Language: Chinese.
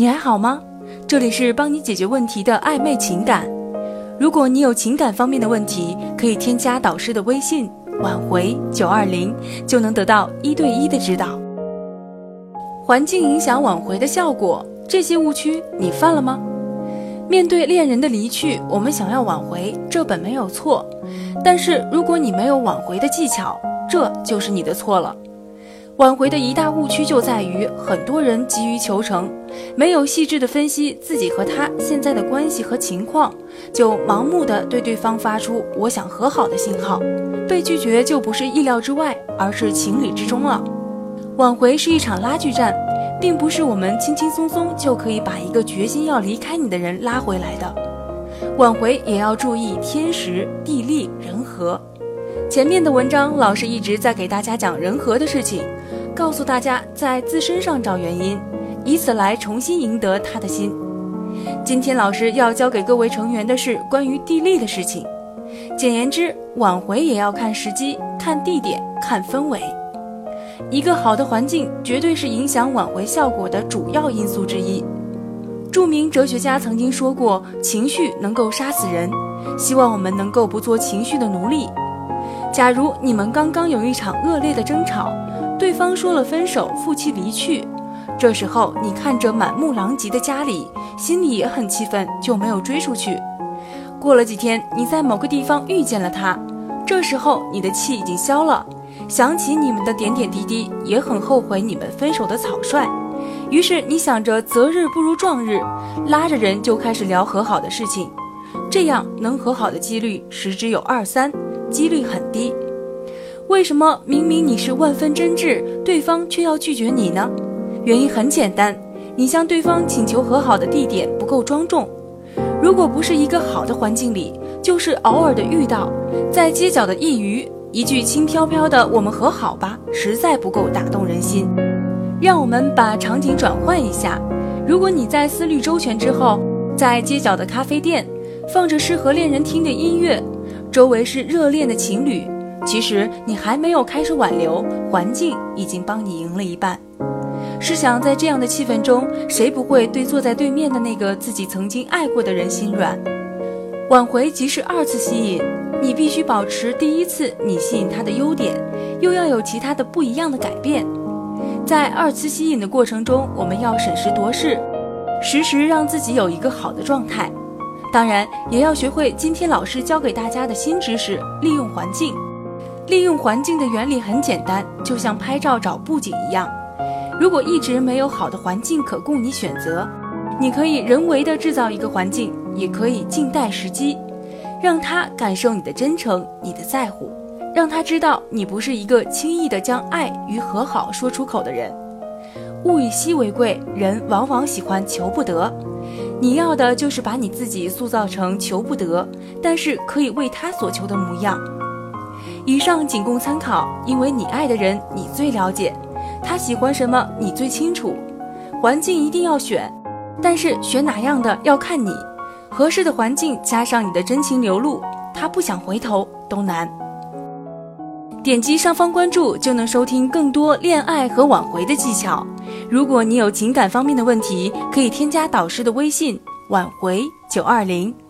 你还好吗？这里是帮你解决问题的暧昧情感。如果你有情感方面的问题，可以添加导师的微信挽回920，就能得到1对1的指导。环境影响挽回的效果，这些误区你犯了吗？面对恋人的离去，我们想要挽回，这本没有错，但是如果你没有挽回的技巧，这就是你的错了。挽回的一大误区就在于，很多人急于求成，没有细致的分析自己和他现在的关系和情况，就盲目的对对方发出我想和好的信号，被拒绝就不是意料之外，而是情理之中了。挽回是一场拉锯战，并不是我们轻轻松松就可以把一个决心要离开你的人拉回来的。挽回也要注意天时地利人和。前面的文章老师一直在给大家讲人和的事情，告诉大家在自身上找原因，以此来重新赢得他的心。今天老师要教给各位成员的是关于地利的事情。简言之，挽回也要看时机、看地点、看氛围。一个好的环境绝对是影响挽回效果的主要因素之一。著名哲学家曾经说过，情绪能够杀死人，希望我们能够不做情绪的奴隶。假如你们刚刚有一场恶劣的争吵，对方说了分手，负气离去，这时候你看着满目狼藉的家里，心里也很气愤，就没有追出去。过了几天，你在某个地方遇见了他，这时候你的气已经消了，想起你们的点点滴滴，也很后悔你们分手的草率，于是你想着择日不如撞日，拉着人就开始聊和好的事情，这样能和好的几率十之有2、3，几率很低。为什么明明你是万分真挚，对方却要拒绝你呢？原因很简单，你向对方请求和好的地点不够庄重。如果不是一个好的环境里，就是偶尔的遇到，在街角的一隅，一句轻飘飘的我们和好吧，实在不够打动人心。让我们把场景转换一下，如果你在思虑周全之后，在街角的咖啡店放着适合恋人听的音乐，周围是热恋的情侣，其实你还没有开始挽留，环境已经帮你赢了一半。试想在这样的气氛中，谁不会对坐在对面的那个自己曾经爱过的人心软？挽回即是2次吸引，你必须保持第1次你吸引他的优点，又要有其他的不一样的改变。在2次吸引的过程中，我们要审时度势，时时让自己有一个好的状态。当然也要学会今天老师教给大家的新知识，利用环境。利用环境的原理很简单，就像拍照找布景一样。如果一直没有好的环境可供你选择，你可以人为的制造一个环境，也可以静待时机，让他感受你的真诚，你的在乎，让他知道你不是一个轻易的将爱与和好说出口的人。物以稀为贵，人往往喜欢求不得。你要的就是把你自己塑造成求不得，但是可以为他所求的模样。以上仅供参考，因为你爱的人你最了解，他喜欢什么你最清楚。环境一定要选，但是选哪样的要看你。合适的环境加上你的真情流露，他不想回头都难。点击上方关注就能收听更多恋爱和挽回的技巧。如果你有情感方面的问题，可以添加导师的微信挽回920。